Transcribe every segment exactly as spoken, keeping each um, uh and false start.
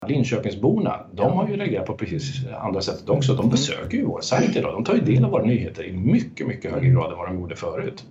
Linköpingsborna, de har ju reagerat på precis andra sättet också. De besöker ju vår sajt idag. De tar ju del av våra nyheter i mycket, mycket högre grad än vad de gjorde förut.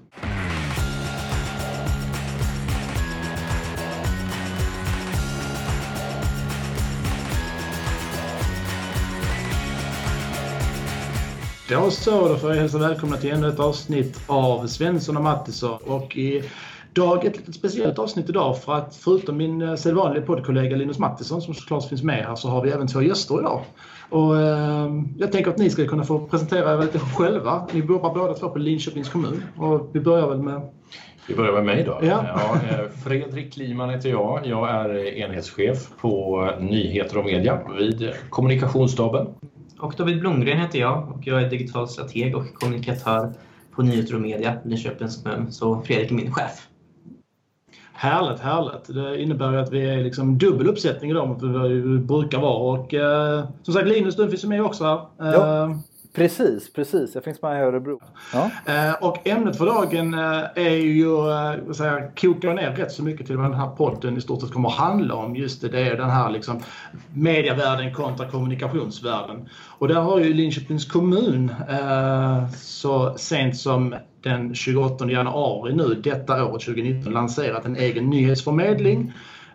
Då så, då får jag hälsa välkomna till ännu ett avsnitt av Svensson och Mattisson. Och i dag ett litet speciellt avsnitt idag, för att förutom min sedvanliga poddkollega Linus Mattisson som såklart finns med här, så har vi även två gäster idag. Och eh, jag tänker att ni ska kunna få presentera er lite själva. Ni jobbar båda två på Linköpings kommun, och vi börjar väl med... Vi börjar med mig då. Ja. Ja, Fredrik Kliman heter jag. Jag är enhetschef på nyheter och media vid kommunikationsstaben. Och David Blomgren heter jag, och jag är digital strateg och kommunikatör på nyheter och media i Linköpings kommun. Så Fredrik är min chef. Härligt, härligt. Det innebär att vi är liksom dubbel uppsättning idag mot vad vi brukar vara. Och eh, som sagt, Linus, du finns med också här. Eh, ja, precis, precis. Jag finns med i Örebro. Ja. Eh, och ämnet för dagen eh, är ju, eh, vad säger, kokar ner rätt så mycket till vad den här podden i stort sett kommer att handla om. Just det, det är den här liksom medievärlden kontra kommunikationsvärlden. Och där har ju Linköpings kommun eh, så sent som den tjugoåttonde januari nu, detta året tjugonitton, lanserat en egen nyhetsförmedling.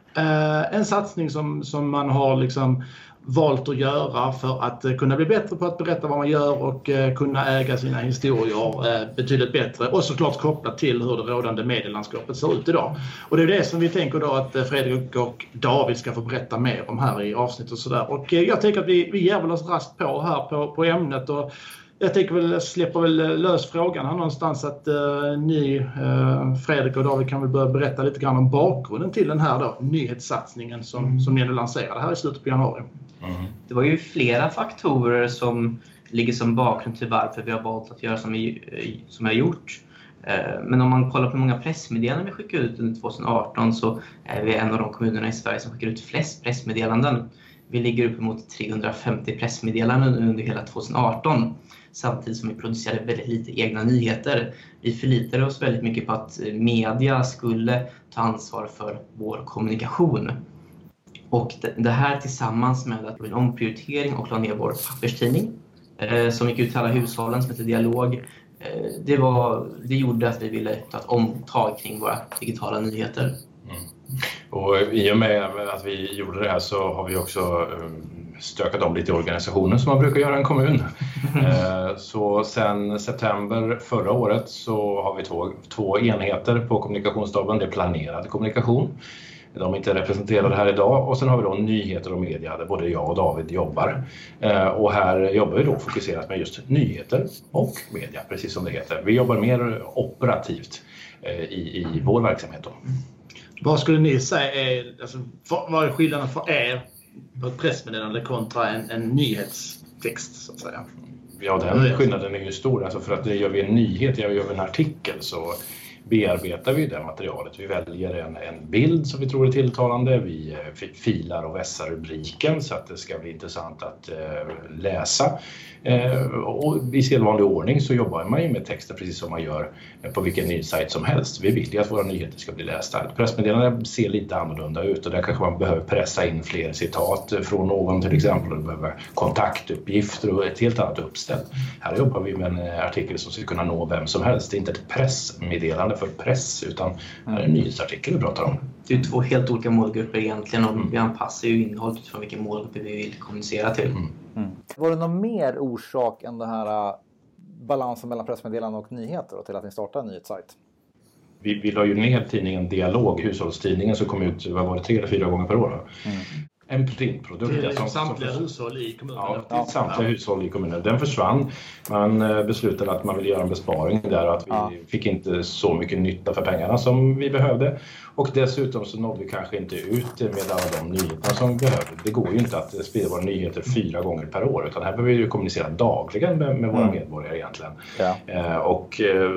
Eh, en satsning som, som man har liksom valt att göra för att uh, kunna bli bättre på att berätta vad man gör och uh, kunna äga sina historier uh, betydligt bättre, och såklart kopplat till hur det rådande medielandskapet ser ut idag. Och det är det som vi tänker då att uh, Fredrik och David ska få berätta mer om här i avsnitt och sådär. Och uh, jag tänker att vi, vi ger väl oss rast på här på, på ämnet, och jag tänker väl släppa väl lös frågan här någonstans att uh, ni, uh, Fredrik och David, kan väl börja berätta lite grann om bakgrunden till den här då, nyhetssatsningen som, mm. som ni nu lanserade här i slutet på januari. Mm. Det var ju flera faktorer som ligger som bakgrund till varför vi har valt att göra som vi, som vi har gjort. Men om man kollar på hur många pressmeddelanden vi skickar ut under tjugoarton, så är vi en av de kommunerna i Sverige som skickar ut flest pressmeddelanden. Vi ligger uppemot trehundrafemtio pressmeddelanden under hela tjugoarton, samtidigt som vi producerade väldigt lite egna nyheter. Vi förlitade oss väldigt mycket på att media skulle ta ansvar för vår kommunikation. Och det här tillsammans med att vi en omprioritering och la ner vår papperstidning eh, som gick ut till alla hushållen som heter Dialog. Eh, det, var, det gjorde att vi ville ta ett omtag kring våra digitala nyheter. Mm. Och i och med att vi gjorde det här så har vi också stökat om lite i organisationen som man brukar göra i en kommun. eh, så sen september förra året så har vi två, två enheter på kommunikationsstaben. Det är planerad kommunikation. De är inte representerade här idag, och sen har vi då nyheter och media där både jag och David jobbar. Eh, och här jobbar vi då fokuserat med just nyheter och media, precis som det heter. Vi jobbar mer operativt eh, i, i vår verksamhet då. Vad skulle ni säga är, alltså, vad är skillnaden för er på ett pressmeddelande kontra en, en nyhetstext så att säga? Ja, den skillnaden är ju stor. Alltså för att gör vi en nyhet, gör vi en artikel, så bearbetar vi det materialet. Vi väljer en, en bild som vi tror är tilltalande. Vi filar och vässar rubriken så att det ska bli intressant att eh, läsa. Eh, och i sedvanlig ordning så jobbar man ju med texter precis som man gör på vilken nyhetssajt som helst. Vi vill ju att våra nyheter ska bli lästa. Ett pressmeddelande ser lite annorlunda ut, och där kanske man behöver pressa in fler citat från någon till exempel. Och behöver kontaktuppgifter och ett helt annat uppställ. Här jobbar vi med en artikel som ska kunna nå vem som helst. Det är inte ett pressmeddelande för press, utan här är en nyhetsartikel vi pratar om. Det är två helt olika målgrupper egentligen, och mm. vi anpassar ju innehållet utifrån vilken målgrupp vi vill kommunicera till. Mm. Mm. Var det någon mer orsak än den här uh, balansen mellan pressmeddelanden och nyheter till att ni startade en nyhetssajt? Vi, vi la ju ner tidningen Dialog, hushållstidningen, som kom ut vad var det, tre eller fyra gånger per år. Mm. En printprodukt. Det är som, samtliga som, hushåll i kommunen. Ja, ja, samtliga ja. hushåll i kommunen. Den försvann. Man beslutade att man ville göra en besparing där, och att vi ja. fick inte så mycket nytta för pengarna som vi behövde. Och dessutom så nådde vi kanske inte ut med alla de nyheterna som vi behövde. Det går ju inte att sprida våra nyheter fyra gånger per år, utan här behöver vi ju kommunicera dagligen med, med våra mm. medborgare egentligen. Ja. Eh, och eh,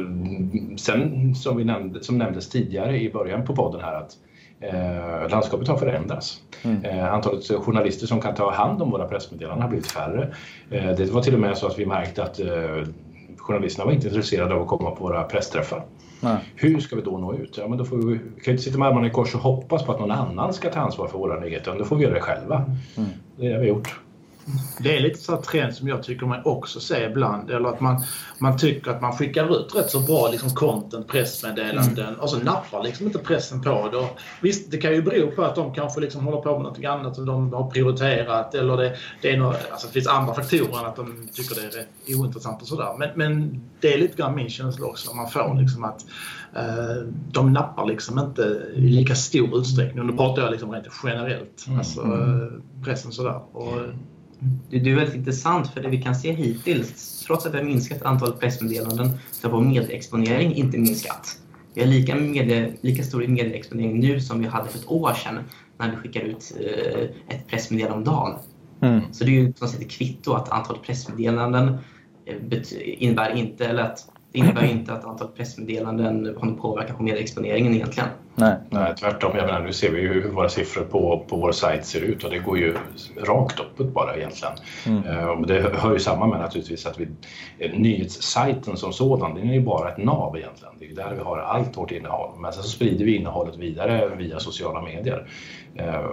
sen som, vi nämnde, som nämndes tidigare i början på podden här, att Eh, landskapet har förändrats. Mm. Eh, antalet journalister som kan ta hand om våra pressmeddelanden har blivit färre. Eh, det var till och med så att vi märkte att eh, journalisterna var inte intresserade av att komma på våra pressträffar. Nej. Hur ska vi då nå ut? Ja, men då får vi, vi kan inte sitta med armarna i kors och hoppas på att någon annan ska ta ansvar för våra nyheter. Då får vi göra det själva. Mm. Det har vi gjort. Det är lite så här trend som jag tycker man också ser ibland. Eller att man, man tycker att man skickar ut rätt så bra liksom content, pressmeddelanden. Mm. Och så nappar liksom inte pressen på det. Och visst, det kan ju bero på att de kanske liksom håller på med något annat som de har prioriterat. Eller det, det, är något, alltså det finns andra faktorer än att de tycker det är rätt ointressant och sådär. Men, men det är lite grann min känsla också. Man får liksom att eh, de nappar liksom inte i lika stor utsträckning. Och nu pratar jag liksom rent generellt. Mm. Alltså pressen sådär. Och, Det är väldigt intressant för det vi kan se hittills, trots att vi har minskat antalet pressmeddelanden, så har vår medieexponering inte minskat. Vi har lika, medie, lika stor medieexponering nu som vi hade för ett år sedan när vi skickar ut eh, ett pressmeddelande om dagen. Mm. Så det är ju på något sätt ett kvitto att antalet pressmeddelanden eh, innebär inte, eller att det innebär inte att antalet pressmeddelanden har någon påverkan på medieexponeringen egentligen. Nej, nej tvärtom. Jag menar, nu ser vi ju hur våra siffror på, på vår sajt ser ut och det går ju rakt uppåt bara egentligen. Mm. Uh, det hör ju samman med naturligtvis att vi, nyhetssajten som sådan, den är ju bara ett nav egentligen. Det är där vi har allt vårt innehåll. Men sen så sprider vi innehållet vidare via sociala medier. Uh,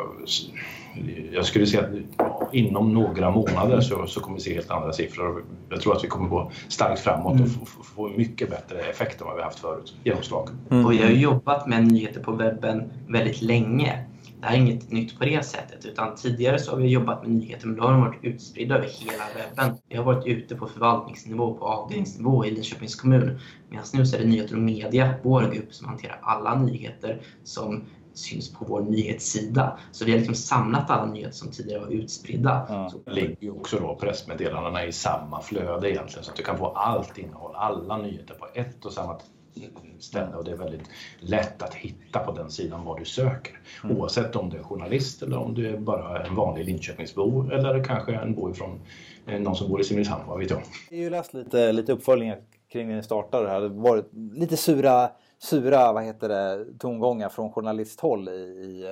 jag skulle säga att inom några månader så, så kommer vi se helt andra siffror. Jag tror att vi kommer gå starkt framåt mm. och få, få mycket bättre effekt än vad vi haft förut. Genomslag. Mm. Och jag har jobbat med nyheter på webben väldigt länge. Det här är inget nytt på det sättet. Utan tidigare så har vi jobbat med nyheter, men då har de varit utspridda över hela webben. Vi har varit ute på förvaltningsnivå, på avdelningsnivå i Linköpings kommun. Medan nu så är det nyheter och media, vår grupp, som hanterar alla nyheter som syns på vår nyhetssida. Så vi har liksom samlat alla nyheter som tidigare var utspridda. Ja. Så det ligger ju också då pressmeddelandena i samma flöde egentligen. Så att du kan få allt innehåll, alla nyheter på ett och samma ställe. Och det är väldigt lätt att hitta på den sidan vad du söker. Mm. Oavsett om du är journalist eller om du är bara en vanlig Linköpingsbo. Eller kanske en bo ifrån någon som bor i Simrishamn, vad vet jag. Jag har ju läst lite, lite uppföljningar kring när ni startade. Det hade varit lite sura... sura vad heter det, tongångar från journalisthåll i, i,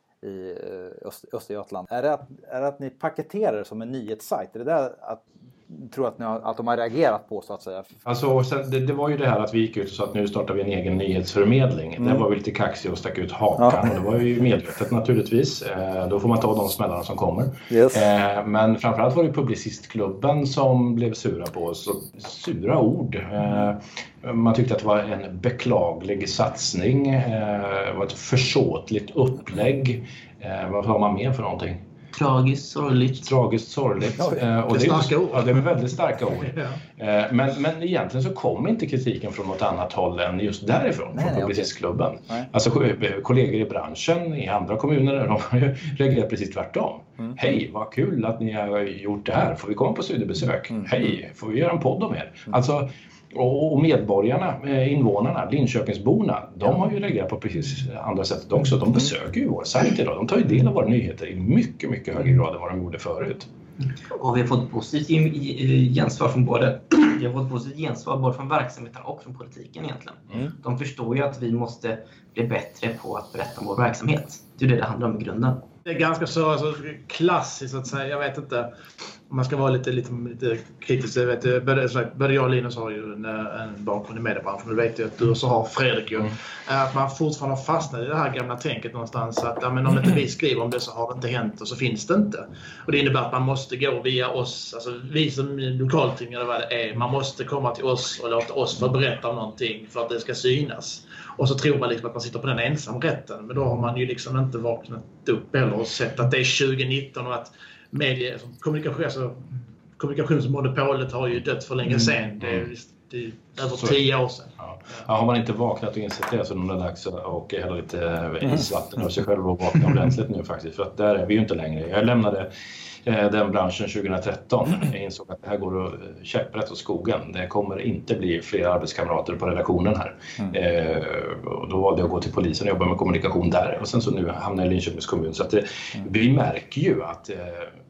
i Öst, Östergötland. Är det, att, är det att ni paketerar det som en nyhetssajt? Är det där att tror att, ni har, att de har reagerat på så att säga? Alltså, sen, det, det var ju det här att vi gick ut och sa att nu startar vi en egen nyhetsförmedling. Mm. Det var vi lite kaxig och stack ut hakan. Ja. Och det var ju medvetet naturligtvis. Eh, då får man ta de smällarna som kommer. Yes. Eh, men framförallt var det Publicistklubben som blev sura på oss. Sura ord. Eh, man tyckte att det var en beklaglig satsning. Eh, det var ett försåtligt upplägg. Eh, vad har man mer för någonting? Tragiskt, sorgligt. Tragiskt, sorgligt. Ja, och det, är starka ord. Ja, det är väldigt starka ord. Ja. Men, men egentligen så kom inte kritiken från något annat håll än just därifrån, nej, från Publicistklubben. Okay. Alltså kollegor i branschen i andra kommuner, de har ju reagerat precis tvärtom. Mm. Hej, vad kul att ni har gjort det här. Får vi komma på studiebesök? Mm. Hej, får vi göra en podd om er? Mm. Alltså, och medborgarna, invånarna, Linköpingsborna, de har ju reagerat på precis andra sättet också. De besöker ju vår sajt idag. De tar ju del av våra nyheter i mycket, mycket högre grad än vad de gjorde förut. Och vi har fått positivt gensvar från både, vi har fått positivt gensvar både från verksamheten och från politiken egentligen. Mm. De förstår ju att vi måste bli bättre på att berätta om vår verksamhet. Det är det det handlar om i grunden. Det är ganska så alltså, klassiskt att säga. Jag vet inte om man ska vara lite, lite, lite kritisk. Jag vet, både, både jag och Linus har ju en, en bakgrund i mediebranschen. Du vet ju att du så har Fredrik ju. Mm. Att man fortfarande har fastnat i det här gamla tänket någonstans. Att ja, men om inte vi skriver om det så har det inte hänt och så finns det inte. Och det innebär att man måste gå via oss. Alltså vi som lokaltidningar vad det är. Man måste komma till oss och låta oss få berätta om någonting för att det ska synas. Och så tror man liksom att man sitter på den ensamrätten. Men då har man ju liksom inte vaknat upp eller och sett att det är tjugonitton och att medie, kommunikation, alltså, kommunikationsmonopolet har ju dött för länge sedan. Det är, det är över så, tio år sedan. Ja. Ja, har man inte vaknat och insett det så är det dags att hälla lite isvatten av sig själv och vakna ordentligt nu faktiskt. För att där är vi ju inte längre. Jag lämnade den branschen tjugohundratretton. Jag insåg att det här går käpprätt åt skogen. Det kommer inte bli fler arbetskamrater på redaktionen här. Mm. Eh, och då valde jag att gå till polisen och jobba med kommunikation där. Och sen så nu hamnar jag i Linköpings kommun. Så att det, mm. vi märker ju att eh,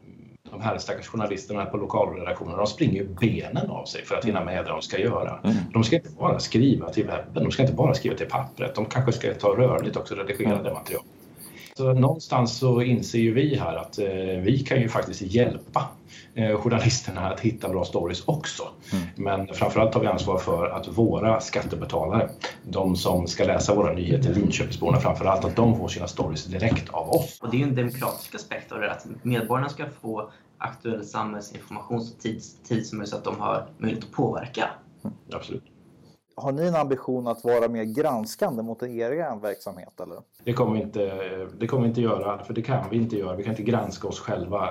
de här stackars journalisterna på lokalredaktionen, de springer benen av sig för att hinna med det de ska göra. Mm. De ska inte bara skriva till webben, de ska inte bara skriva till pappret. De kanske ska ta rörligt också redigerade mm. material. Så någonstans så inser ju vi här att eh, vi kan ju faktiskt hjälpa eh, journalisterna att hitta bra stories också. Mm. Men framförallt har vi ansvar för att våra skattebetalare, de som ska läsa våra nyheter, Linköpingsborna framförallt, att de får sina stories direkt av oss. Och det är ju en demokratisk aspekt av det, att medborgarna ska få aktuell samhällsinformation så tids, tids som är så att de har möjlighet att påverka. Mm. Absolut. Har ni en ambition att vara mer granskande mot er egen verksamhet? Eller? Det kommer vi inte, det kommer vi inte göra, för det kan vi inte göra. Vi kan inte granska oss själva.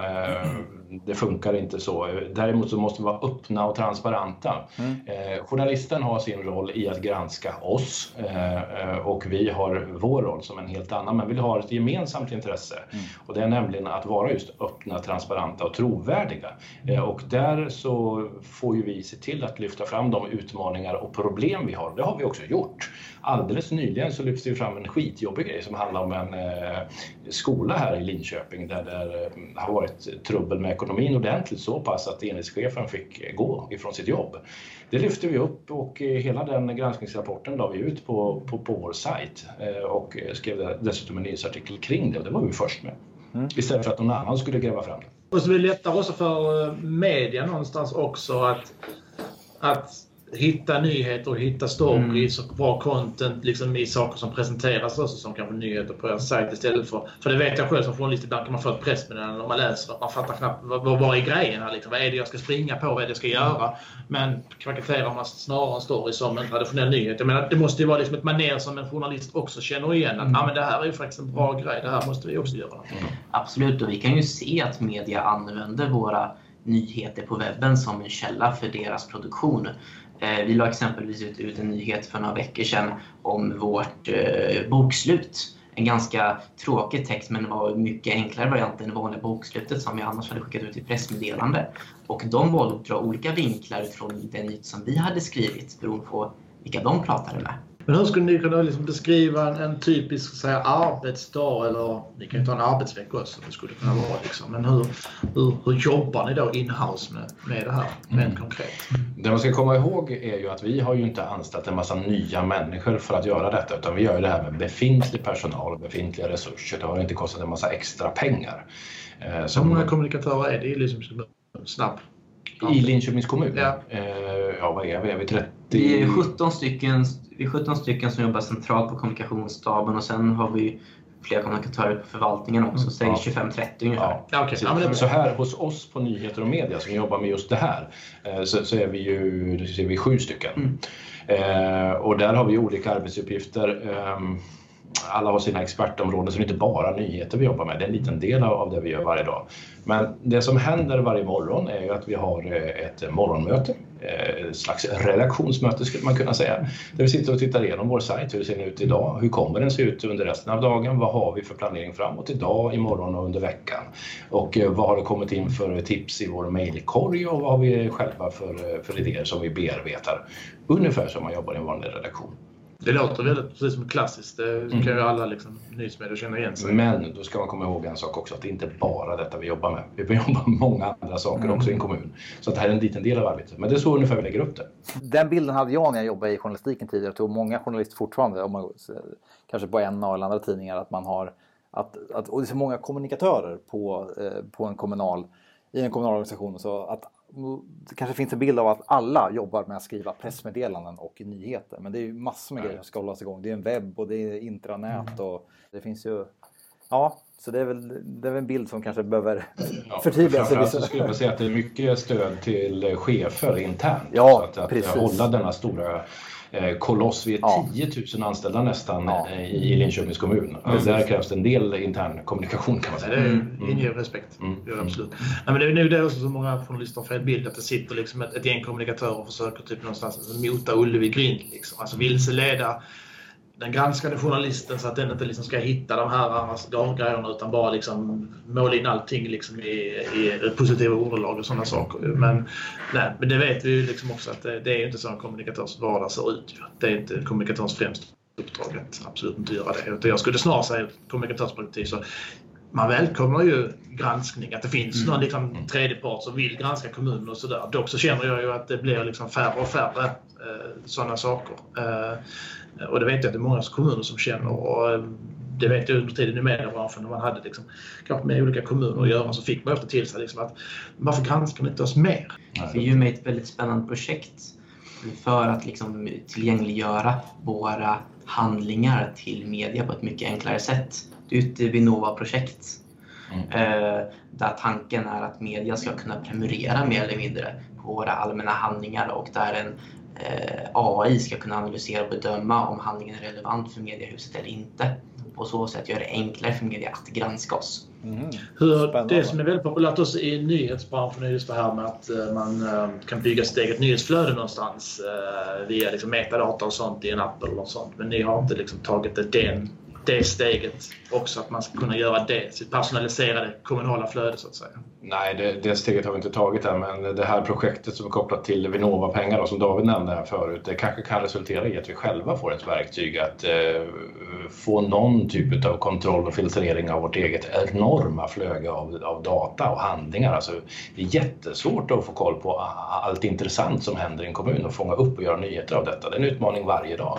Det funkar inte så. Däremot så måste vi vara öppna och transparenta. Mm. Journalisten har sin roll i att granska oss och vi har vår roll som en helt annan. Men vi har ett gemensamt intresse. Mm. Och det är nämligen att vara just öppna, transparenta och trovärdiga. Och där så får ju vi se till att lyfta fram de utmaningar och problem vi har. Det har vi också gjort. Alldeles nyligen så lyfte vi fram en skitjobbig grej som handlar om en eh, skola här i Linköping där det eh, har varit trubbel med ekonomin ordentligt, så pass att enhetschefen fick gå ifrån sitt jobb. Det lyfte vi upp och eh, hela den granskningsrapporten la vi ut på, på, på vår sajt eh, och skrev dessutom en nyhetsartikel kring det, och det var vi först med. Mm. Istället för att någon annan skulle gräva fram det. Och så blir det lättare också för media någonstans också att, att hitta nyheter och hitta stories mm. och bra content liksom i saker som presenteras också som kanske nyheter på er sajt istället för, för det vet jag själv som journalist, ibland kan man få ett pressmeddelande om man läser att man fattar knappt vad, vad, vad är grejen här liksom, vad är det jag ska springa på, vad är det jag ska göra, men paketerar man snarare en story som en traditionell nyhet. Jag menar, det måste ju vara liksom ett manér som en journalist också känner igen att mm. ah, men det här är ju faktiskt en bra grej, det här måste vi också göra. Mm. Absolut, och vi kan ju se att media använder våra nyheter på webben som en källa för deras produktion. Vi la exempelvis ut, ut en nyhet för några veckor sedan om vårt eh, bokslut. En ganska tråkig text, men det var mycket enklare variant än det vanliga bokslutet som vi annars hade skickat ut i pressmeddelande. Och de valde att dra olika vinklar från den nyhet som vi hade skrivit beroende på vilka de pratade med. Men hur skulle ni kunna liksom beskriva en, en typisk så här, arbetsdag, eller ni kan ju ta en arbetsvecka också, det skulle kunna vara liksom. Men hur, hur, hur jobbar ni då in-house med, med det här, med mm. konkret? Det man ska komma ihåg är ju att vi har ju inte anställt en massa nya människor för att göra detta, utan vi gör ju det här med befintlig personal och befintliga resurser. Det har inte kostat en massa extra pengar. Så hur många kommunikatörer är det i liksom snabb? I Linköpings kommun? Ja. Ja, vad är vi? Är vi trettio? Vi är sjutton stycken, vi är sjutton stycken som jobbar centralt på kommunikationsstaben, och sen har vi flera kommunikatörer på förvaltningen också, så ja. tjugofem trettio ungefär. Ja. Okay. Så, ja, så här hos oss på nyheter och media som jobbar med just det här, så, så är vi ju det ser vi sju stycken. Mm. Eh, och där har vi olika arbetsuppgifter. Eh, alla har sina expertområden, så det är inte bara nyheter vi jobbar med. Det är en liten del av det vi gör varje dag. Men det som händer varje morgon är ju att vi har ett morgonmöte. Ett slags redaktionsmöte skulle man kunna säga. Där vi sitter och tittar igenom vår sajt. Hur det ser ut idag? Hur kommer den se ut under resten av dagen? Vad har vi för planering framåt idag, imorgon och under veckan? Och vad har det kommit in för tips i vår mejlkorg? Och vad har vi själva för, för idéer som vi bearbetar? Ungefär som man jobbar i en vanlig redaktion. Det låter väldigt precis som klassiskt. Det kan ju alla liksom, nyhetsmedier känna igen sig. Men då ska man komma ihåg en sak också, att det inte bara detta vi jobbar med. Vi jobbar med många andra saker mm. också i en kommun. Så att det här är en liten del av arbetet. Men det är så ungefär vi lägger upp det. Den bilden hade jag när jag jobbade i journalistiken tidigare. Jag tror många journalister fortfarande, om man, kanske på en eller andra tidningar, att man har att, att, och det är så många kommunikatörer på, eh, på en kommunal, i en kommunal organisation. Så att det kanske finns en bild av att alla jobbar med att skriva pressmeddelanden och nyheter. Men det är ju massor med grejer som ska hållas igång. Det är en webb och det är intranät och det finns ju... Ja, så det är väl, det är väl en bild som kanske behöver ja, förtydligas. Framförallt så skulle jag säga att det är mycket stöd till chefer internt. Ja, så att, att precis. hålla denna stora... koloss, vi är ja. tio tusen anställda nästan ja. i Linköpings kommun. Mm. Där krävs det en del intern kommunikation kan man säga. Det är inger respekt. Mm. Det är absolut. Mm. Nej, men det är nu det också så många journalister har fel bild att det sitter liksom ett, ett gäng kommunikatörer och försöker typ någonstans mota Ullevi grind liksom. Alltså vilseleda den granskade journalisten så att den inte liksom ska hitta de här grejerna utan bara liksom måla in allting liksom i, i positiva ordalag och sådana saker. Men, nej, men det vet vi ju liksom också att det, det är ju inte så en kommunikatörs vardag ser ut. Det är inte kommunikatörens främsta uppdrag att absolut inte göra det. Jag skulle snarare säga kommunikatörsperspektiv så man välkomnar ju granskning, att det finns mm. någon liksom tredjepart som vill granska kommunen och sådär. Dock så känner jag ju att det blir liksom färre och färre eh, sådana saker. Eh, och det vet jag att det är många kommuner som känner och eh, det vet jag under tiden i mediebranschen när man hade liksom, kanske med olika kommuner att göra, så fick man ofta till sig liksom att varför granskar ni inte oss mer? Vi är ju med i ett väldigt spännande projekt för att liksom tillgängliggöra våra handlingar till media på ett mycket enklare sätt. Det är ett Vinnova-projekt mm. eh, där tanken är att media ska kunna prenumerera mer eller mindre på våra allmänna handlingar och där en eh, A I ska kunna analysera och bedöma om handlingen är relevant för mediehuset eller inte. På så sätt gör det enklare för media att granska oss. Mm. Hur, det som är väldigt populärt också i nyhetsbranschen är just det här med att uh, man uh, kan bygga sitt eget nyhetsflöde någonstans uh, via liksom, metadata och sånt i en app eller något sånt. Men ni har inte liksom, tagit det, den, det steget också, att man ska kunna göra det, sitt personaliserade kommunala flöde så att säga. Nej, det, det steget har vi inte tagit än, men det här projektet som är kopplat till Vinnova-pengar och som David nämnde här förut, det kanske kan resultera i att vi själva får ett verktyg att eh, få någon typ av kontroll och filtrering av vårt eget enorma flöde av, av data och handlingar. Alltså, det är jättesvårt att få koll på allt intressant som händer i en kommun och fånga upp och göra nyheter av detta. Det är en utmaning varje dag.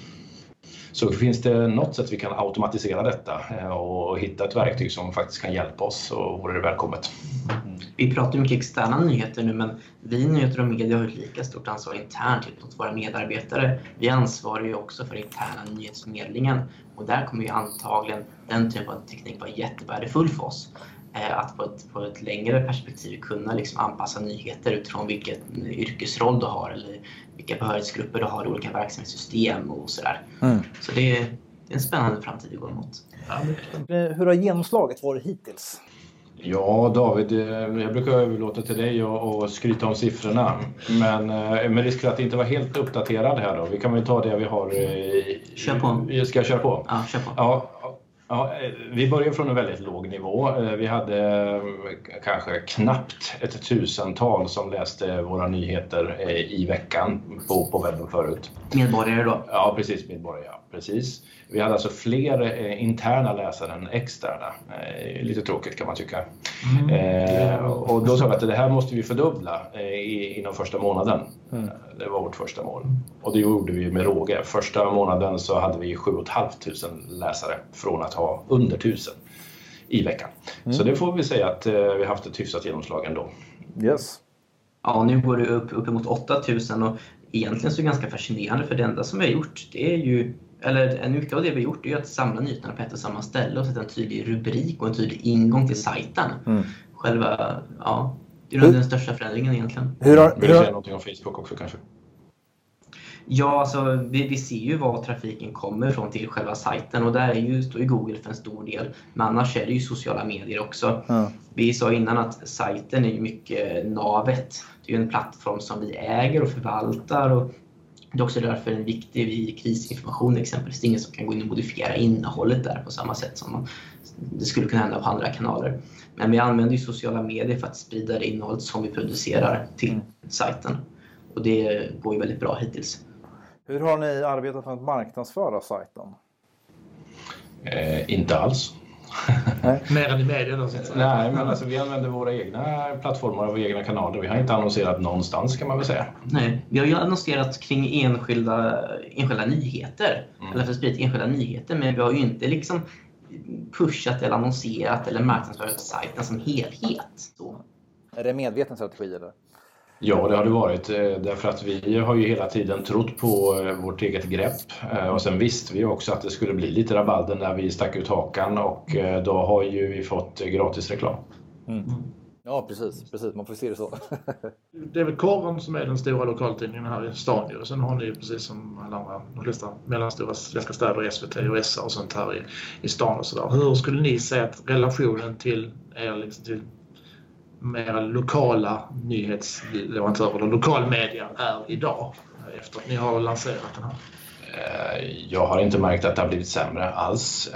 Så finns det något sätt vi kan automatisera detta och hitta ett verktyg som faktiskt kan hjälpa oss, så vore det välkommet. Mm. Vi pratar mycket externa nyheter nu, men vi nyheter och media har ett lika stort ansvar internt mot våra medarbetare. Vi ansvarar ju också för interna nyhetsförmedlingen och där kommer ju antagligen den typen av teknik vara jättevärdefull för oss. Att på ett, på ett längre perspektiv kunna liksom anpassa nyheter utifrån vilken yrkesroll du har eller vilka behörighetsgrupper du har i olika verksamhetssystem och sådär. Mm. Så det är, det är en spännande framtid vi går emot. Hur har genomslaget varit hittills? Ja, David, jag brukar överlåta till dig och skryta om siffrorna. Men med risk för att inte vara helt uppdaterad här då. Vi kan väl ta det vi har. Kör på. Vi ska köra på. Ja, kör på. Ja. Ja, vi börjar från en väldigt låg nivå. Vi hade kanske knappt ett tusental som läste våra nyheter i veckan på, på webben förut. Medborgare då? Ja, precis. Medborgare, ja. Precis. Vi hade alltså fler interna läsare än externa. Lite tråkigt kan man tycka. Mm. Eh, och då sa vi att det här måste vi fördubbla eh, inom första månaden. Mm. Det var vårt första mål. Och det gjorde vi med råge. Första månaden så hade vi sju tusen femhundra läsare från att ha under tusen i veckan. Mm. Så det får vi säga att eh, vi har haft ett hyfsat genomslag ändå. Yes. Ja, nu går det upp, upp emot åtta tusen och egentligen så är det ganska fascinerande, för det enda som vi har gjort, det är ju eller en mycket av det vi har gjort är att samla nyheterna på ett och samma ställe och sätta en tydlig rubrik och en tydlig ingång till sajten. Mm. Själva, ja, det är nog den största förändringen egentligen. Hur har, Vill du säga någonting om Facebook också kanske? Ja, alltså vi, vi ser ju var trafiken kommer från till själva sajten och där är ju, står ju Google för en stor del. Men annars är det ju sociala medier också. Mm. Vi sa innan att sajten är ju mycket navet. Det är ju en plattform som vi äger och förvaltar och det är också därför en viktig vid krisinformation exempelvis. Det är ingen som kan gå in och modifiera innehållet där på samma sätt som man, det skulle kunna hända på andra kanaler. Men vi använder ju sociala medier för att sprida det innehållet som vi producerar till mm. sajten. Och det går ju väldigt bra hittills. Hur har ni arbetat med att marknadsföra sajten? Eh, inte alls. Mer än i media då? Nej, men alltså, vi använder våra egna plattformar och våra egna kanaler. Vi har inte annonserat någonstans kan man väl säga. Nej, vi har ju annonserat kring enskilda, enskilda nyheter. Mm. Eller för att sprida enskilda nyheter. Men vi har ju inte liksom pushat eller annonserat eller marknadsfört sajten som helhet. Så. Är det medveten strategi eller? Ja, det har det varit. Därför att vi har ju hela tiden trott på vårt eget grepp. Och sen visste vi också att det skulle bli lite rabalder när vi stack ut hakan. Och då har ju vi fått gratis reklam. Mm. Ja, precis. precis. Man får se det så. Det är väl Korven som är den stora lokaltidningen här i stan. Och sen har ni precis som alla andra, de flesta mellanstora svenska städer, S V T och S A och sånt här i, i stan och sådär. Hur skulle ni säga att relationen till er liksom till mer lokala nyhetsleverantörer eller lokalmedia är idag efter att ni har lanserat den här? Jag har inte märkt att det har blivit sämre alls.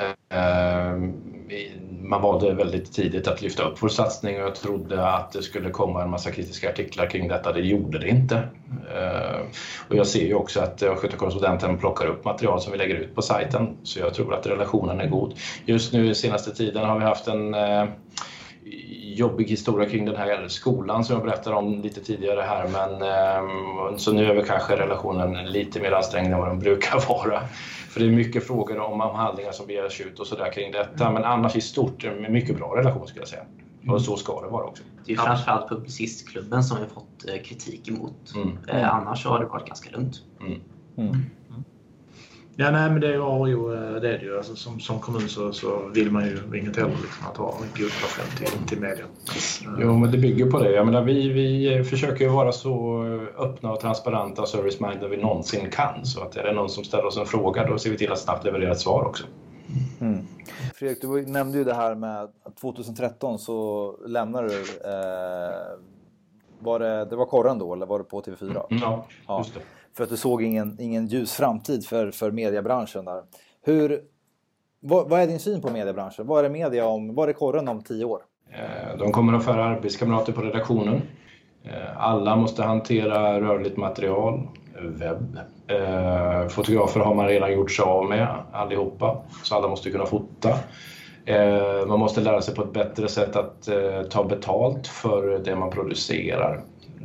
Man valde väldigt tidigt att lyfta upp vår satsning och jag trodde att det skulle komma en massa kritiska artiklar kring detta. Det gjorde det inte. Och jag ser ju också att Östgötakorrespondenten plockar upp material som vi lägger ut på sajten. Så jag tror att relationen är god. Just nu i senaste tiden har vi haft en jobbig historia kring den här skolan som jag berättade om lite tidigare här. Men, eh, så nu är väl kanske relationen lite mer ansträngd än vad den brukar vara. För det är mycket frågor om, om handlingar som begärs ut och sådär kring detta. Men annars i stort en mycket bra relation skulle jag säga. Och så ska det vara också. Det är framförallt Publicistklubben som vi har fått kritik emot. Mm. Eh, annars så har det varit ganska lugnt. Mm. Mm. Ja, nej, men det är ju det är det ju. Alltså, som, som kommun så, så vill man ju inget heller liksom, att ha en god relation till, till media. Jo, men det bygger på det. Jag menar, vi, vi försöker ju vara så öppna och transparenta och service-minded vi någonsin kan. Så att är det någon som ställer oss en fråga, då ser vi till att snabbt leverera ett svar också. Mm. Fredrik, du nämnde ju det här med att tjugohundratretton så lämnade du. Eh, var det, det var Korren då, eller var det på T V fyra? Mm, ja, ja, just det. För att du såg ingen, ingen ljus framtid för, för mediebranschen där. Hur, vad, vad är din syn på mediebranschen? Vad är det media om, vad är Korren om tio år? Eh, de kommer att föra arbetskamrater på redaktionen. Eh, alla måste hantera rörligt material. Webb. Eh, fotografer har man redan gjort sig av med allihopa, så alla måste kunna fota. Eh, man måste lära sig på ett bättre sätt att eh, ta betalt för det man producerar.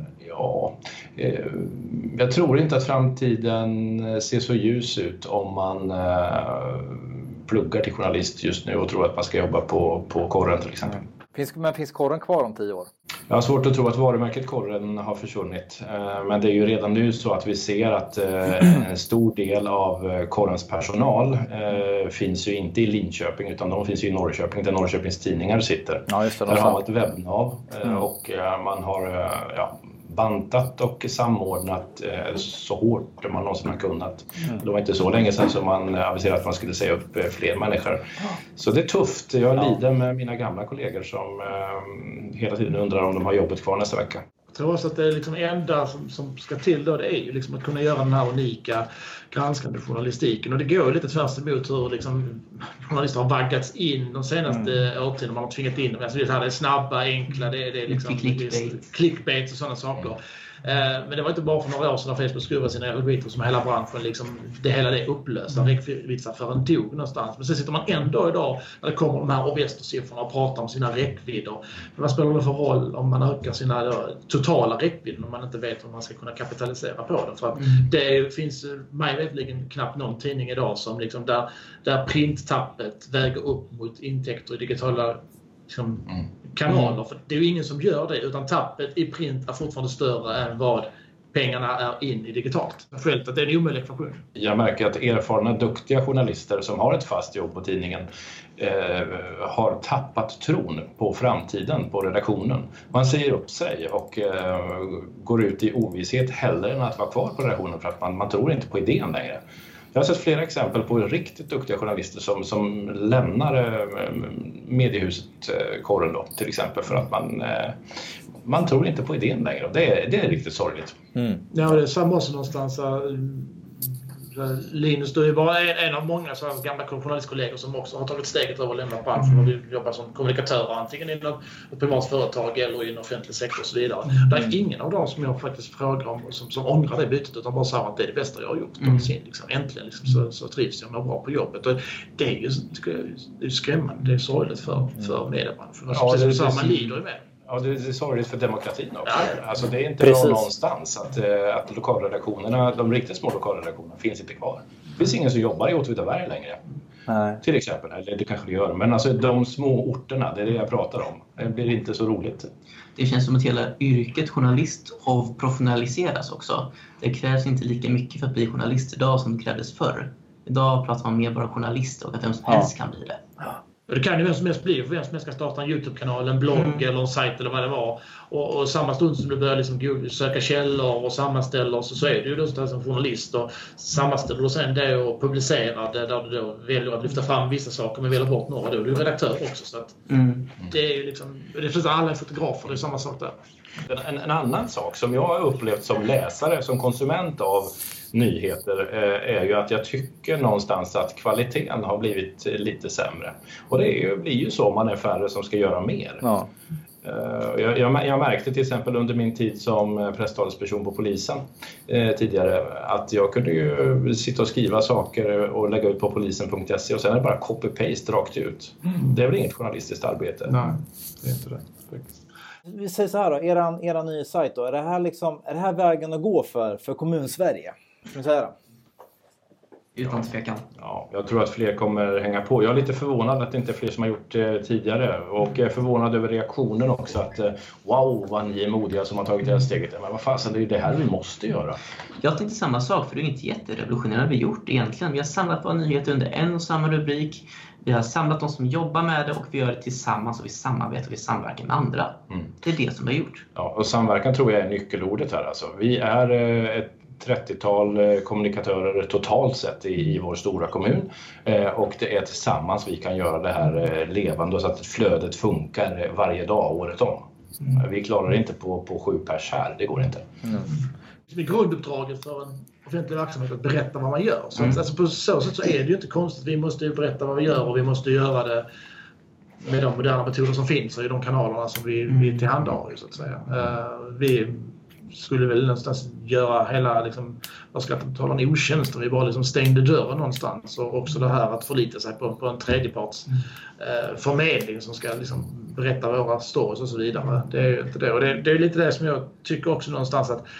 Ja, eh, jag tror inte att framtiden ser så ljus ut om man eh, pluggar till journalist just nu och tror att man ska jobba på, på Korren till exempel. Mm. Finns, men finns Korren kvar om tio år? Jag har svårt att tro att varumärket Korren har försvunnit. Men det är ju redan nu så att vi ser att en stor del av Korrens personal finns ju inte i Linköping utan de finns ju i Norrköping där Norrköpings tidningar sitter. Ja, just det, där har man ett webbnav mm. och man har ja, bantat och samordnat så hårt man någonsin har kunnat. Mm. Det var inte så länge sedan som man aviserade att man skulle säga upp fler människor. Så det är tufft. Jag ja. lider med mina gamla kollegor som eh, hela tiden undrar om de har jobbet kvar nästa vecka. Jag tror också att det är liksom enda som, som ska till då, det är ju liksom att kunna göra den här unika granskande journalistiken. Och det går ju lite tvärs emot hur liksom journalister har vaggats in de senaste mm. årtionden. Man har tvingat in dem. Alltså det här är snabba, enkla, det är, det är liksom clickbait. clickbait och sådana saker. Men det var inte bara för några år sedan när Facebook skruvade sina algoritmer som hela branschen, liksom, det hela det upplösta, räckviddsaffären dog någonstans. Men sen sitter man ändå idag när det kommer de här Orvestor-siffrorna och pratar om sina räckvidder. Men vad spelar det för roll om man ökar sina då, totala räckvidder om man inte vet hur man ska kunna kapitalisera på den? För att mm. det finns mig vetligen knappt någon tidning idag som liksom där, där printtappet väger upp mot intäkter i digitala liksom, mm. kanaler. För det är ju ingen som gör det, utan tappet i print är fortfarande större än vad pengarna är in i digitalt. Självt att det är en omöjlig ekvation. Jag märker att erfarna, duktiga journalister som har ett fast jobb på tidningen eh, har tappat tron på framtiden på redaktionen. Man säger upp sig och eh, går ut i ovisshet hellre än att vara kvar på redaktionen för att man, man tror inte på idén längre. Jag har sett flera exempel på riktigt duktiga journalister som, som lämnar eh, mediehuset eh, Korren då, till exempel för att man, eh, man tror inte på idén längre. Och det, är, det är riktigt sorgligt. Mm. Ja, det är samma också någonstans. Äh, Linus, du är bara en, en av många så gamla journalistkollegor som också har tagit steget över att lämna branschen och vill jobba som kommunikatör antingen inom ett privat företag eller i en offentlig sektor och så vidare. Mm. Det är ingen av dem som jag faktiskt frågar om som, som ångrar det bytet utan bara säger att det är det bästa jag har gjort. Mm. Liksom, äntligen liksom, så, så trivs jag med bra på jobbet. Och det är ju det är skrämmande, det är sorgligt för, för mediebranschen. Alltså, ja, precis som man lider ju med. Ja, det är sorgligt för demokratin också. Ja, alltså, det är inte bra någonstans att, att lokalredaktionerna, de riktigt små lokalredaktionerna finns inte kvar. Det finns ingen som jobbar i Åtvidaberg längre. Nej. Till exempel, eller det kanske det gör. Men alltså de små orterna, det är det jag pratar om. Det blir inte så roligt. Det känns som att hela yrket journalist avprofessionaliseras också. Det krävs inte lika mycket för att bli journalist idag som det krävdes förr. Idag pratar man mer bara journalist och att vem som helst ja. kan bli det. Ja. Det kan ju vem som helst bli, för vem som helst ska starta en YouTube-kanal, en blogg mm. eller en sajt eller vad det var. Och, och samma stund som du börjar liksom söka källor och sammanställer så, så är du ju då som journalist och sammanställer och sen det och publicerar det där du då väljer att lyfta fram vissa saker men väljer bort några. Då är du redaktör också. Så att mm. det är ju liksom, det finns alla fotografer, det är samma sak där. En, en annan sak som jag har upplevt som läsare, som konsument av nyheter är ju att jag tycker någonstans att kvaliteten har blivit lite sämre. Och det är ju, blir ju så om man är färre som ska göra mer. Ja. Jag, jag, jag märkte till exempel under min tid som presstalesperson på polisen eh, tidigare att jag kunde ju sitta och skriva saker och lägga ut på polisen punkt se och sen är det bara copy-paste rakt ut. Mm. Det är väl inget journalistiskt arbete? Nej, det är inte det. Vi säger så här då, eran, eran nya sajt då, är det här liksom, är det här vägen att gå för, för kommun-Sverige? Ska vi säga det? Utan tvekan. Ja, jag tror att fler kommer hänga på. Jag är lite förvånad att det inte är fler som har gjort det tidigare. Och jag är förvånad över reaktionen också. Att wow, vad ni är modiga som har tagit det här steget. Men vad fasen, det är ju det här vi måste göra. Jag tänkte samma sak, för det är inte jätterevolutionerande vi gjort egentligen. Vi har samlat våra nyheter under en och samma rubrik. Vi har samlat de som jobbar med det och vi gör det tillsammans och vi samarbetar och vi samverkar med andra. Mm. Det är det som vi har gjort. Ja, och samverkan tror jag är nyckelordet här. Alltså. Vi är ett trettiotal kommunikatörer totalt sett i, i vår stora kommun. Eh, och det är tillsammans vi kan göra det här eh, levande så att flödet funkar varje dag året om. Mm. Vi klarar det inte på, på sju pers här, det går inte. Mm. Det är grunduppdraget för en offentlig verksamhet att berätta vad man gör. Så mm. alltså på så sätt så är det ju inte konstigt. Vi måste ju berätta vad vi gör och vi måste göra det med de moderna metoder som finns och i de kanalerna som vi, mm. vi tillhandahåller så att säga. Uh, vi skulle väl någonstans göra hela, liksom, vad ska jag tala om, otjänst om vi bara liksom stängde dörren någonstans. Och också det här att förlita sig på, på en tredjeparts eh, förmedling som ska liksom berätta våra stories och så vidare. Det är ju inte det. Och det, det är lite det som jag tycker också någonstans att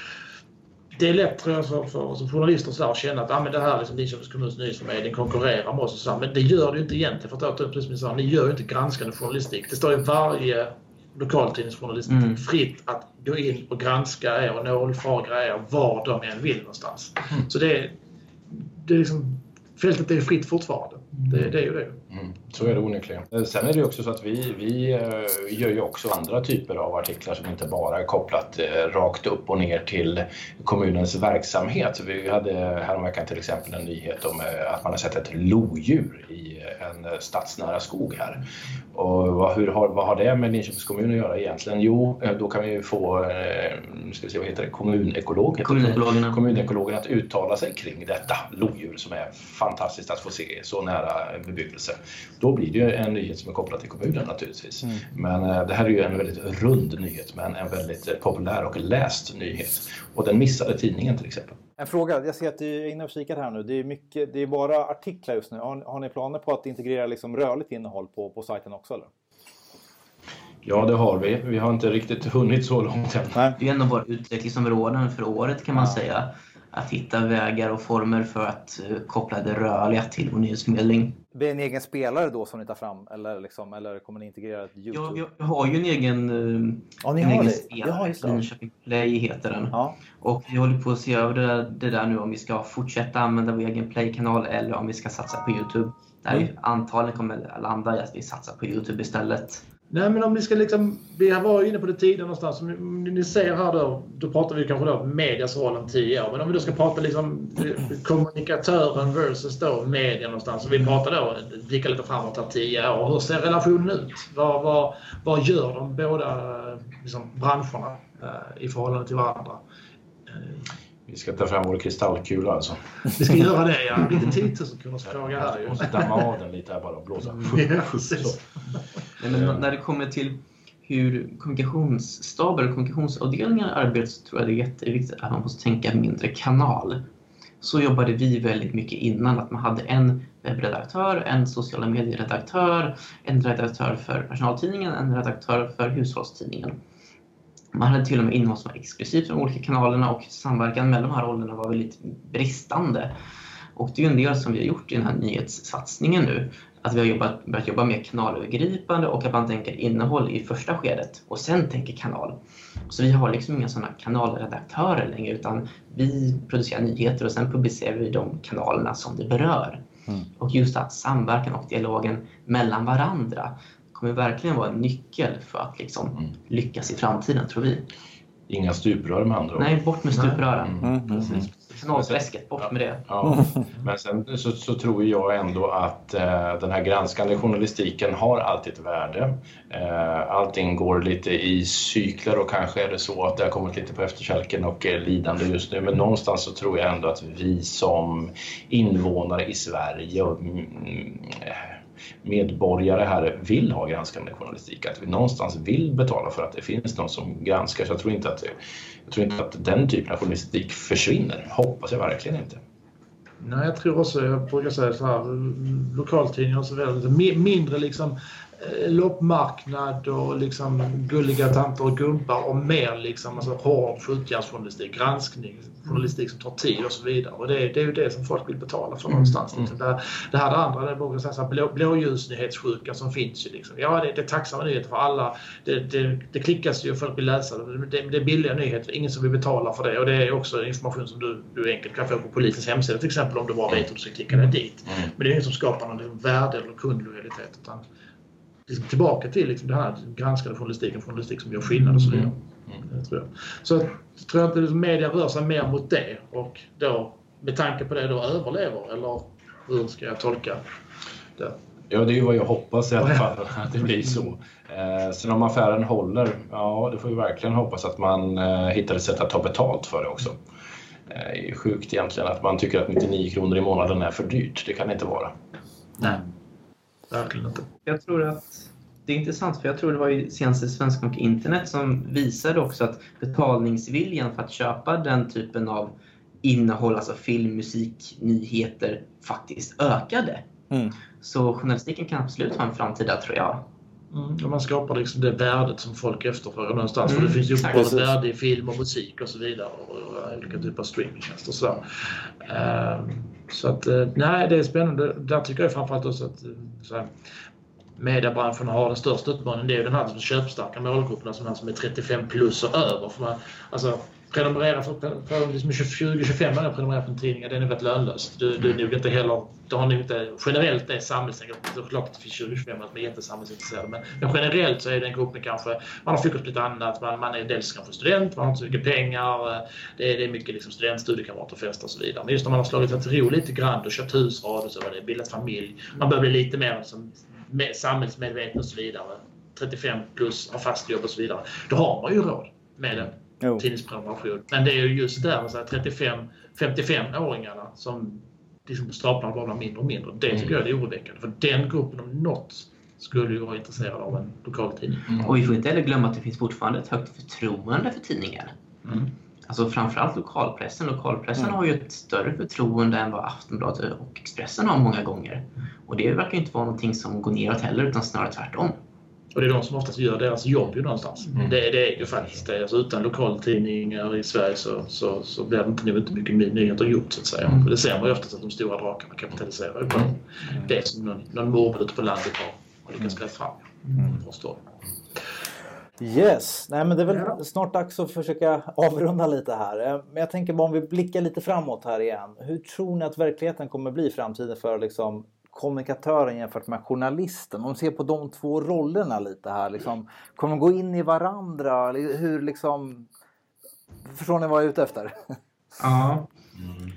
det är lätt tror jag för, för, för journalister så där, att känna att ah, men det här liksom, Linköpings kommuns nyhetsförmedling konkurrerar med oss och så där. Men det gör det ju inte egentligen, för att precis som jag sa, ni gör ju inte granskande journalistik. Det står ju varje lokaltidningsjournalist mm. fritt att gå in och granska er och nollfråga er var de än vill någonstans. Mm. Så det, det är liksom, fältet är ju fritt fortfarande. Det, det är ju det. Mm. Så är det onekligen. Sen är det ju också så att vi, vi gör ju också andra typer av artiklar som inte bara är kopplat rakt upp och ner till kommunens verksamhet. Vi hade häromveckan till exempel en nyhet om att man har sett ett lodjur i en stadsnära skog här. Och vad, hur har, vad har det med Linköpings kommun att göra egentligen? Jo, då kan vi ju få ska vi se, vad heter det? Kommunekolog, Kommunekologerna. Kommunekologen att uttala sig kring detta lodjur som är fantastiskt att få se så nära bebyggelse. Då blir det ju en nyhet som är kopplad till kommunen naturligtvis. Mm. Men äh, det här är ju en väldigt rund nyhet, men en väldigt äh, populär och läst nyhet. Och den missade tidningen till exempel. En fråga, jag ser att du är inne och kikar här nu. Det är, mycket, det är bara artiklar just nu. Har, har ni planer på att integrera liksom rörligt innehåll på, på sajten också eller? Ja, det har vi. Vi har inte riktigt hunnit så långt än. Nej. Det är en av våra utvecklingsområden för året kan man ja. säga. Att hitta vägar och former för att uh, koppla det rörliga till vår nyhetsförmedling. Blir det en egen spelare då som ni tar fram? Eller, liksom, eller kommer ni integrera ett YouTube? Ja, vi har ju en egen, uh, ja, ni en har egen det. spelare. Linköping Play heter den. Ja. Och vi håller på att se över det där, det där nu om vi ska fortsätta använda vår egen Play-kanal eller om vi ska satsa på YouTube. Där mm. antagligen kommer landa i att vi satsar på YouTube istället. Nej, men om vi ska liksom, vi var inne på det tidigare någonstans, som ni ser här då, då pratar vi kanske då medias roll om tio år. Men om vi då ska prata liksom kommunikatören versus då media någonstans, så vi pratar då, blicka lite framåt här tio år. Hur ser relationen ut? Vad, vad, vad gör de båda liksom, branscherna eh, i förhållande till varandra? Vi ska ta fram vår kristallkula alltså. Vi ska göra det, ja. Lite tio tusen kronors fråga här. Vi måste damma av den lite här bara och blåsa. Ja, precis. Nej, men när det kommer till hur kommunikationsstaber och kommunikationsavdelningar arbetar så tror jag det är jätteviktigt att man måste tänka mindre kanal. Så jobbade vi väldigt mycket innan, att man hade en webbredaktör, en sociala medieredaktör, en redaktör för personaltidningen, en redaktör för hushållstidningen. Man hade till och med innehåll som var exklusivt för de olika kanalerna och samverkan mellan de här rollerna var väldigt bristande. Och det är ju en del som vi har gjort i den här nyhetssatsningen nu. Att vi har jobbat, börjat jobba mer kanalövergripande och att man tänker innehåll i första skedet och sen tänker kanal. Så vi har liksom inga sådana kanalredaktörer längre utan vi producerar nyheter och sen publicerar vi de kanalerna som det berör. Mm. Och just att samverkan och dialogen mellan varandra kommer verkligen vara en nyckel för att liksom mm. lyckas i framtiden, tror vi. Inga stuprör med andra ord. Nej, bort med stuprören. Mm. Mm. Mm. Mm. Kanalfläsket, bort ja, med det. Ja. Men sen så, så tror jag ändå att eh, den här granskande journalistiken har alltid ett värde. Eh, allting går lite i cykler och kanske är det så att det har kommit lite på efterkälken och är lidande just nu. Men någonstans så tror jag ändå att vi som invånare i Sverige och mm, medborgare här vill ha granskande journalistik, att vi någonstans vill betala för att det finns någon som granskar. Så jag tror inte att, det, jag tror inte att den typen av journalistik försvinner. Hoppas jag verkligen inte. Nej, jag tror också, jag brukar säga så här, lokaltidningar och så vidare, mindre liksom loppmarknad och liksom gulliga tanter och gubbar och mer liksom, alltså hård skjutjärnsjournalistik, granskning, journalistik som tar tid och så vidare. Och det, det är ju det som folk vill betala för någonstans. Liksom. Det, det här det andra, det är bara så här blå, blåljusnyhetssjuka som finns ju. Liksom. Ja, det, det är tacksamma nyheter för alla. Det, det, det klickas ju och folk vill läsa det. Det, det är billiga nyheter, ingen som vill betala för det. Och det är också information som du, du enkelt kan få på polisens hemsida till exempel om du bara vet hur du ska klicka dig dit. Men det är inget som skapar någon värde eller kundlojalitet, utan liksom tillbaka till liksom det här granskade journalistiken, journalistik som gör skillnad och så vidare. Mm. Tror jag. Så jag tror att liksom media rör sig mer mot det, och då med tanke på det då överlever, eller hur ska jag tolka det? Ja, det är ju vad jag hoppas i alla fall, att det blir så. Eh, sen om affären håller, ja, det får vi verkligen hoppas att man eh, hittar ett sätt att ta betalt för det också. Det är sjukt egentligen att man tycker att nittionio kronor i månaden är för dyrt. Det kan det inte vara. Nej, verkligen inte. Jag tror att det är intressant, för jag tror det var ju senaste Svenska och internet som visade också att betalningsviljan för att köpa den typen av innehåll, alltså film, musik, nyheter, faktiskt ökade. Mm. Så journalistiken kan absolut ha en framtid där, tror jag. Mm, man skapar liksom det värdet som folk efterfrågar någonstans. Mm, för det finns ju uppgått värde i film och musik och så vidare. Och, och olika typer av streamingtjänster och så. Um, så att, nej, det är spännande. Där tycker jag framförallt också att så här, mediebranschen har den största utmaningen. Det är ju den här som köpstarka målgrupperna som, som är trettiofem plus och över. För man, alltså, prenumerera för, för liksom tjugo till tjugofem år prenumerera på en tidning, det är nog rätt lönlöst. Du, du är nog inte heller, du har nog inte, generellt det är samhällsengagemang, det är klart att det finns tjugo till tjugofem år som är jättesamhällsintresserade, men, men generellt så är den gruppen kanske, man har fokus på lite annat, man, man är dels kanske student, man har inte så mycket pengar, det är, det är mycket liksom studentstudiekamrater, fester och så vidare. Men just när man har slagit sig till ro lite grann och köpt husrad och så var det, bildat familj, man börjar bli lite mer som, med, samhällsmedveten och så vidare, trettiofem plus, har fast jobb och så vidare, då har man ju råd med det. Oh. Tidningsprenumeration. Men det är ju just där så här, trettiofem femtiofem-åringarna som liksom staplar bara mindre och mindre. Det tycker mm. jag är oroväckande. För den gruppen om något skulle ju vara intresserad av en lokal tidning. Mm. Och vi får inte heller glömma att det finns fortfarande ett högt förtroende för tidningar. Mm. Alltså framförallt lokalpressen. Lokalpressen mm. har ju ett större förtroende än vad Aftonbladet och Expressen har många gånger. Och det verkar inte vara någonting som går neråt heller, utan snarare tvärtom. Och det är de som oftast gör deras jobb ju någonstans. Mm. Det, det är ju faktiskt det. Alltså, utan lokaltidningar i Sverige så, så, så blir det inte, inte mycket nyheter gjort, så att säga. Mm. Det ser man ju oftast att de stora drakarna kapitaliserar på mm. det som någon, någon morbror ute på landet har, har lyckats gräva fram. Mm. Förstår. Yes, nej men det är väl ja. snart dags att försöka avrunda lite här. Men jag tänker bara om vi blickar lite framåt här igen. Hur tror ni att verkligheten kommer bli i framtiden för liksom kommunikatören jämfört med journalisten? Om man ser på de två rollerna lite här, liksom, kommer de gå in i varandra? Hur liksom, förstår ni vad jag är ute efter? Ja. Mm.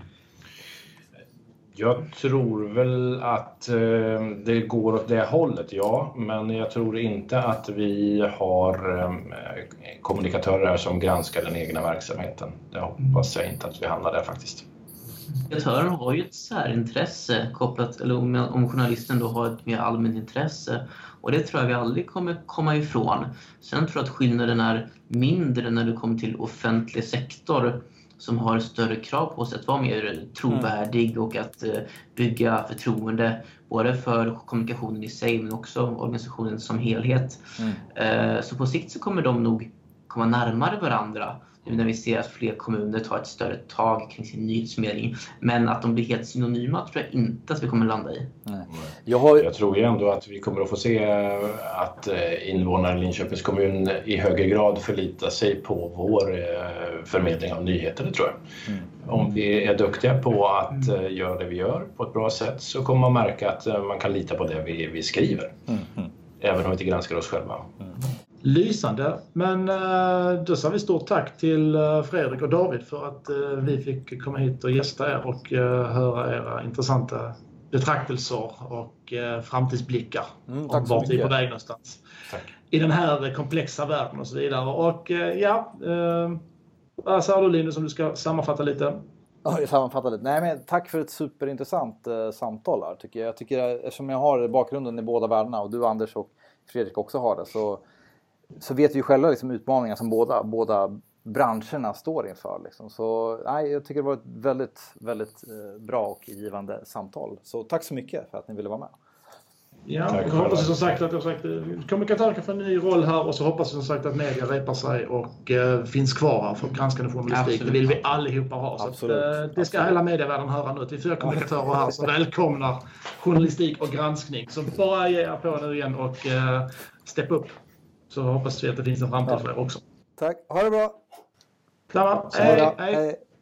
Jag tror väl att eh, det går åt det hållet, ja. Men jag tror inte att vi har eh, kommunikatörer här som granskar den egna verksamheten. Det hoppas jag inte att vi hamnar där faktiskt. Kommunikatören har ju ett särintresse kopplat, eller om, om journalisten då har ett mer allmänt intresse, och det tror jag vi aldrig kommer komma ifrån. Sen tror jag att skillnaden är mindre när du kommer till offentlig sektor som har större krav på sig att vara mer trovärdig mm. och att uh, bygga förtroende både för kommunikationen i sig men också organisationen som helhet. Mm. Uh, så på sikt så kommer de nog komma närmare varandra nu när vi ser att fler kommuner tar ett större tag kring sin nyhetsförmedling. Men att de blir helt synonyma tror jag inte att vi kommer landa i. Nej. Jag, har... jag tror ju ändå att vi kommer att få se att invånare i Linköpings kommun i högre grad förlitar sig på vår förmedling av nyheter, det tror jag. Mm. Om vi är duktiga på att mm. göra det vi gör på ett bra sätt så kommer man märka att man kan lita på det vi, vi skriver. Mm. Mm. Även om vi inte granskar oss själva. Mm. Lysande, men då sa vi stort tack till Fredrik och David för att vi fick komma hit och gästa er och höra era intressanta betraktelser och framtidsblickar mm, om vart vi är på väg någonstans. Tack. I den här komplexa världen och så vidare. Och ja, vad sa du Linus om du ska sammanfatta lite? Ja, jag sammanfattar lite. Nej, men tack för ett superintressant eh, samtal här, tycker jag. Jag tycker, eftersom jag har bakgrunden i båda världarna och du Anders och Fredrik också har det, så så vet vi ju själva liksom utmaningar som båda, båda branscherna står inför. Liksom. Så nej, jag tycker det var ett väldigt, väldigt eh, bra och givande samtal. Så tack så mycket för att ni ville vara med. Ja, Tack jag själv. hoppas som sagt att jag sagt, kommunikatörer kan få en ny roll här och så hoppas jag som sagt att media repar sig och uh, finns kvar här för granskande journalistik. Absolut. Det vill vi allihopa ha. Så att, uh, det ska Absolut. hela medievärlden höra nu. Till fyra kommunikatörer här som välkomnar journalistik och granskning. Så bara ge er på nu igen och uh, step upp. Så hoppas vi att det finns en framtid ja. för er också. Tack, ha det bra! Samma, hej, hej! hej.